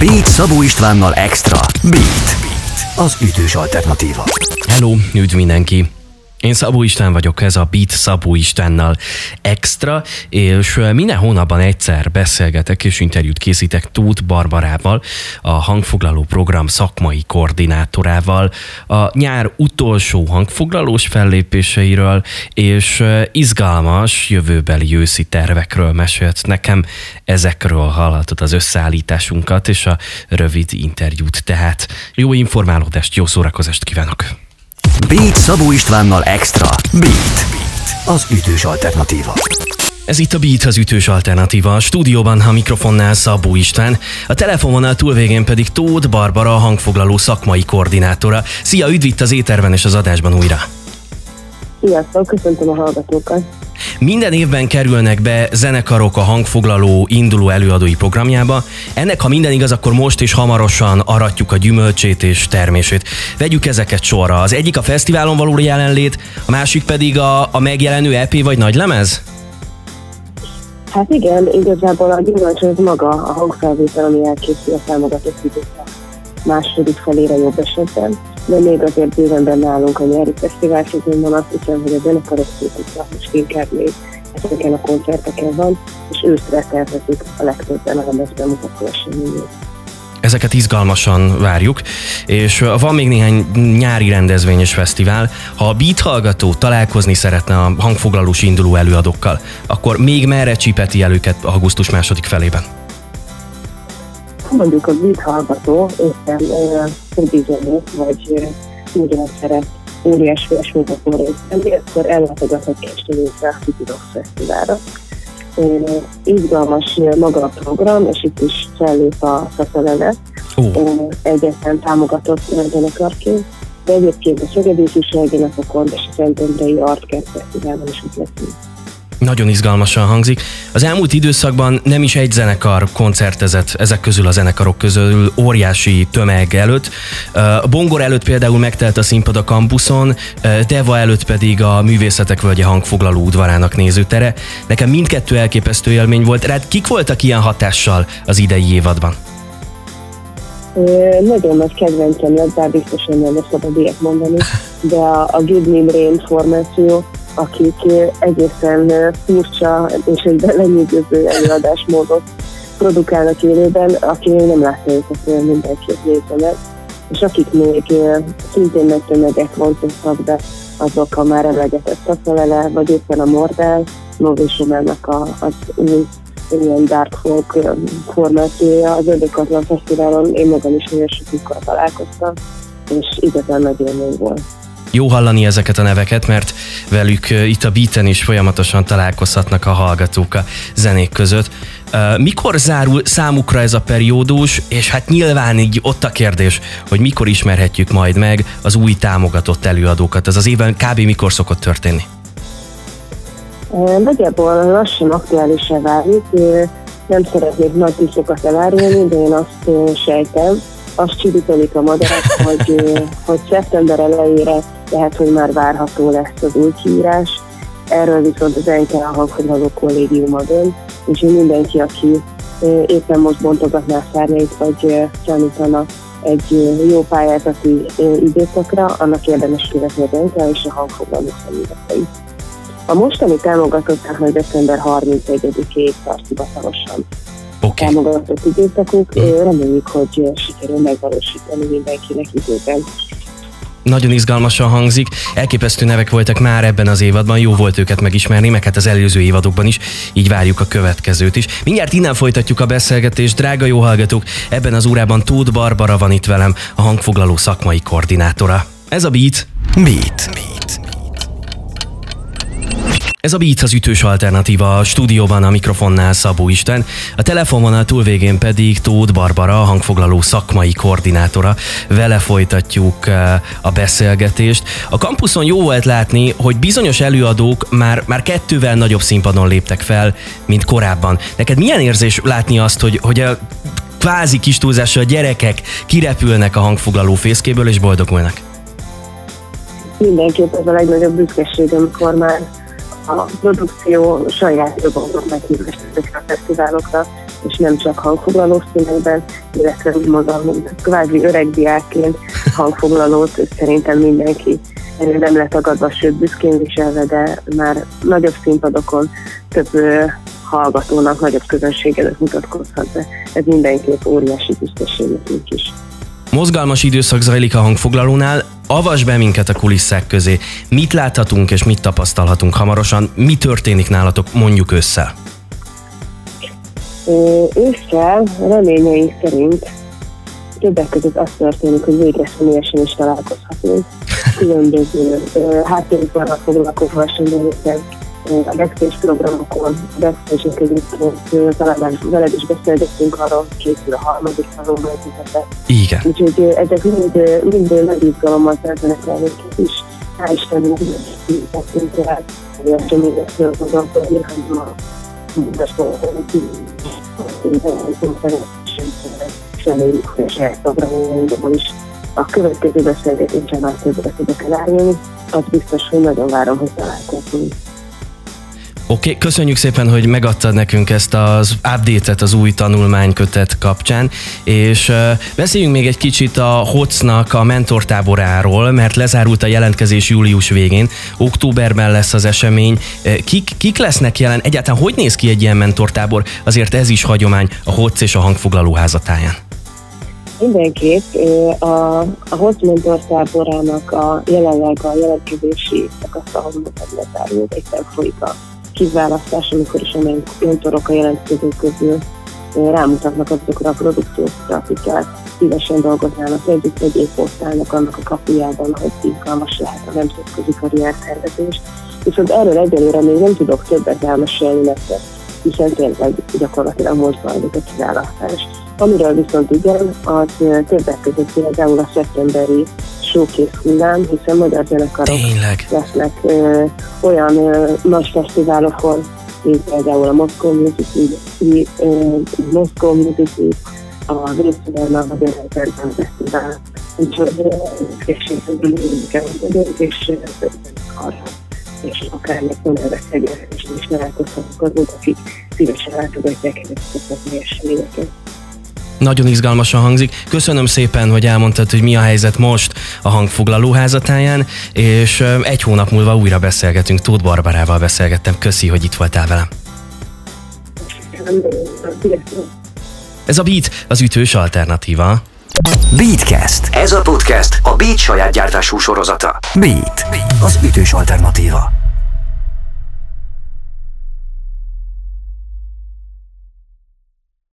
Beat Szabó Istvánnal Extra. Beat, az ütős alternatíva. Hello, üdv mindenki! Én Szabó István vagyok, ez a Beat Szabó Istvánnal Extra, és minden hónapban egyszer beszélgetek és interjút készítek Tóth Barbarával, a hangfoglaló program szakmai koordinátorával, a nyár utolsó hangfoglalós fellépéseiről, és izgalmas jövőbeli őszi tervekről mesélt nekem. Ezekről hallhatod az összeállításunkat és a rövid interjút, tehát jó informálódást, jó szórakozást kívánok! Beat Szabó Istvánnal Extra. Beat, az ütős alternatíva. Ez itt a Beat, az ütős alternatíva. A stúdióban a mikrofonnál Szabó István, a telefonvonal túlvégén pedig Tóth Barbara, a hangfoglaló szakmai koordinátora. Szia, üdv itt az éterben és az adásban újra! Sziasztok, köszöntöm a hallgatókat! Minden évben kerülnek be zenekarok a hangfoglaló induló előadói programjába. Ennek, ha minden igaz, akkor most és hamarosan aratjuk a gyümölcsét és termését. Vegyük ezeket sorra. Az egyik a fesztiválon való jelenlét, a másik pedig a megjelenő EP vagy nagylemez? Hát igen, igazából a gyümölcs az maga a hangfelvétel, ami elkészül a támogatott időszak második felére jobb esetben. De még azért bőven benne állunk a nyári fesztivál szezonban, azt hiszem, hogy a zenekarok szépen most inkább még ezeken a koncerteken van, és őszre tervezik a legtöbben a lemezbemutató eseményét. Ezeket izgalmasan várjuk, és van még néhány nyári rendezvény és fesztivál. Ha a Beat hallgató találkozni szeretne a hangfoglalós induló előadókkal, akkor még merre csipeti el őket augusztus második felében? Mondjuk a Beat hallgató éppen szobizoló, vagy ugyan szeret óriás felsőgató részben, akkor ellátogathat Kecskemétre a City Rock Fesztiválra. Izgalmas maga a program, és itt is fellép a Szatelele, egyetlen támogatott zenekarként, de egyébként a Szegedi Ifjúsági Napokon és a Szentendrei Artkert Fesztiválon is itt leszünk. Nagyon izgalmasan hangzik. Az elmúlt időszakban nem is egy zenekar koncertezett ezek közül a zenekarok közül óriási tömeg előtt. Bongor előtt például megtelt a színpad a kampuszon, Deva előtt pedig a Művészetek Völgye hangfoglaló udvarának nézőtere. Nekem mindkettő elképesztő élmény volt. Rád kik voltak ilyen hatással az idei évadban? Nagyon nagy kedvencem lett, bár biztosan nem szabad ilyet mondani, de a Give Me Rain formáció, akik egészen furcsa és egy lenyűgöző előadásmódot produkálnak élőben, aki nem látta őket, mindenki nézze meg. És akik még szintén nagy tömeget vonzottak be, azok a már emlegetett Szatelele, vagy éppen a Mordál, Novésumának az új ilyen dark folk formációja. Az Ördögkatlan Fesztiválon én magam is nagyon sokukkal találkoztam, és igazán nagy élmény volt. Jó hallani ezeket a neveket, mert velük itt a Beaten is folyamatosan találkozhatnak a hallgatók a zenék között. Mikor zárul számukra ez a periódus, és hát nyilván így ott a kérdés, hogy mikor ismerhetjük majd meg az új támogatott előadókat. Ez az évben kb. Mikor szokott történni? Nagyjából lassan aktuálisá válik. Nem szeretnék nagy titkokat elárulni, de én azt sejtem, azt csibitolik a madarak, hogy szeptember elejére lehet, hogy már várható lesz az új kiírás. Erről viszont az NK a hangfoglaló kollégiuma dönt, és mindenki, aki éppen most bontogatná szárnyait, vagy számítana egy jó pályázati időszakra, annak érdemes követni az NK és a hangfoglaló személyzeteit. A mostani támogatottak majd december 31-ig tart hivatalosan. Támogatott időszakuk, reméljük, hogy sikerül megvalósítani mindenkinek időben. Nagyon izgalmasan hangzik, elképesztő nevek voltak már ebben az évadban, jó volt őket megismerni, meg hát az előző évadokban is, így várjuk a következőt is. Mindjárt innen folytatjuk a beszélgetést, drága jó hallgatók, ebben az órában Tóth Barbara van itt velem, a hangfoglaló szakmai koordinátora. Ez a Beat. Ez a Beat, az ütős alternatíva, a stúdióban a mikrofonnál Szabó István, a telefonvonal túlvégén pedig Tóth Barbara, a hangfoglaló szakmai koordinátora. Vele folytatjuk a beszélgetést. A kampuszon jó volt látni, hogy bizonyos előadók már kettővel nagyobb színpadon léptek fel, mint korábban. Neked milyen érzés látni azt, hogy a kvázi kis túlzással a gyerekek kirepülnek a hangfoglaló fészkéből és boldogulnak? Mindenképp ez a legnagyobb büszkeség, amikor már a produkció saját jogoknak meghívás ezekre a fesztiválokra, és nem csak hangfoglaló színekben, illetve úgy mondom, kvázi öreg diákként hangfoglalót szerintem mindenki nem letagadva, sőt büszkén viselve, de már nagyobb színpadokon több hallgatónak, nagyobb közönség előtt mutatkozhat be. Ez mindenképp óriási büszkeség nekünk is. Mozgalmas időszak zajlik a hangfoglalónál, avasd be minket a kulisszák közé. Mit láthatunk és mit tapasztalhatunk hamarosan? Mi történik nálatok mondjuk ősszel? Ősszel reményeink szerint többek között az történik, hogy végre személyesen is találkozhatunk. Különböző háttériparral foglalkozó eseményeken, a backstage programokon, backstage között talán veled is beszélgettünk arról, hogy készül a harmadik szalomban vezetett. Igen. Úgyhogy ezek mind nagy izgalommal töltenek el minket is. Hál' Istennek, hogy tettünk el, hogy eseményekről gondolkodni, hogy ma reméljük, hogy a saját programjainkból is a következő beszélgetésen már többet tudok elárulni. Az biztos, hogy nagyon várom, hogy találkozunk. Oké, köszönjük szépen, hogy megadtad nekünk ezt az update-et az új tanulmánykötet kapcsán, és beszéljünk még egy kicsit a HOC-nak a mentortáboráról, mert lezárult a jelentkezés július végén, októberben lesz az esemény. Kik lesznek jelen? Egyáltalán hogy néz ki egy ilyen mentortábor? Azért ez is hagyomány a HOC és a hangfoglaló házatáján. Mindenképp a HOC mentortáborának jelenleg a jelentkezési szakasza lezárult, egyszerűen folyik a kiválasztás, amikor is a mentorok a jelentkezők közül rámutatnak azokra a produkciókra, akikkel szívesen dolgoznának együtt, egy évposztálnak annak a kapujában, hogy izgalmas lehet a nemzetközi karriertervezés. Viszont erről egyelőre még nem tudok többet elmesélni nektek, hiszen tényleg gyakorlatilag most zajlik a kiválasztás. Amiről viszont igen, az többek között például a szeptemberi showcase hullám, hiszen magyar zenekarok lesznek olyan nagy fesztiválokon, mint például a Moscow Music Week, a Vészfélelme, a Magyar Fesztivál, úgyhogy készségekből vagyunk, és arra, és akár még mondani is találkozhatunk azok, akik szívesen látogatják ezeket a eseményeket. Nagyon izgalmasan hangzik. Köszönöm szépen, hogy elmondtad, hogy mi a helyzet most a hangfoglaló házatáján, és egy hónap múlva újra beszélgetünk. Tóth Barbarával beszélgettem. Köszi, hogy itt voltál velem. Ez a Beat, az ütős alternatíva. Beatcast. Ez a podcast a Beat saját gyártású sorozata. Beat, az ütős alternatíva.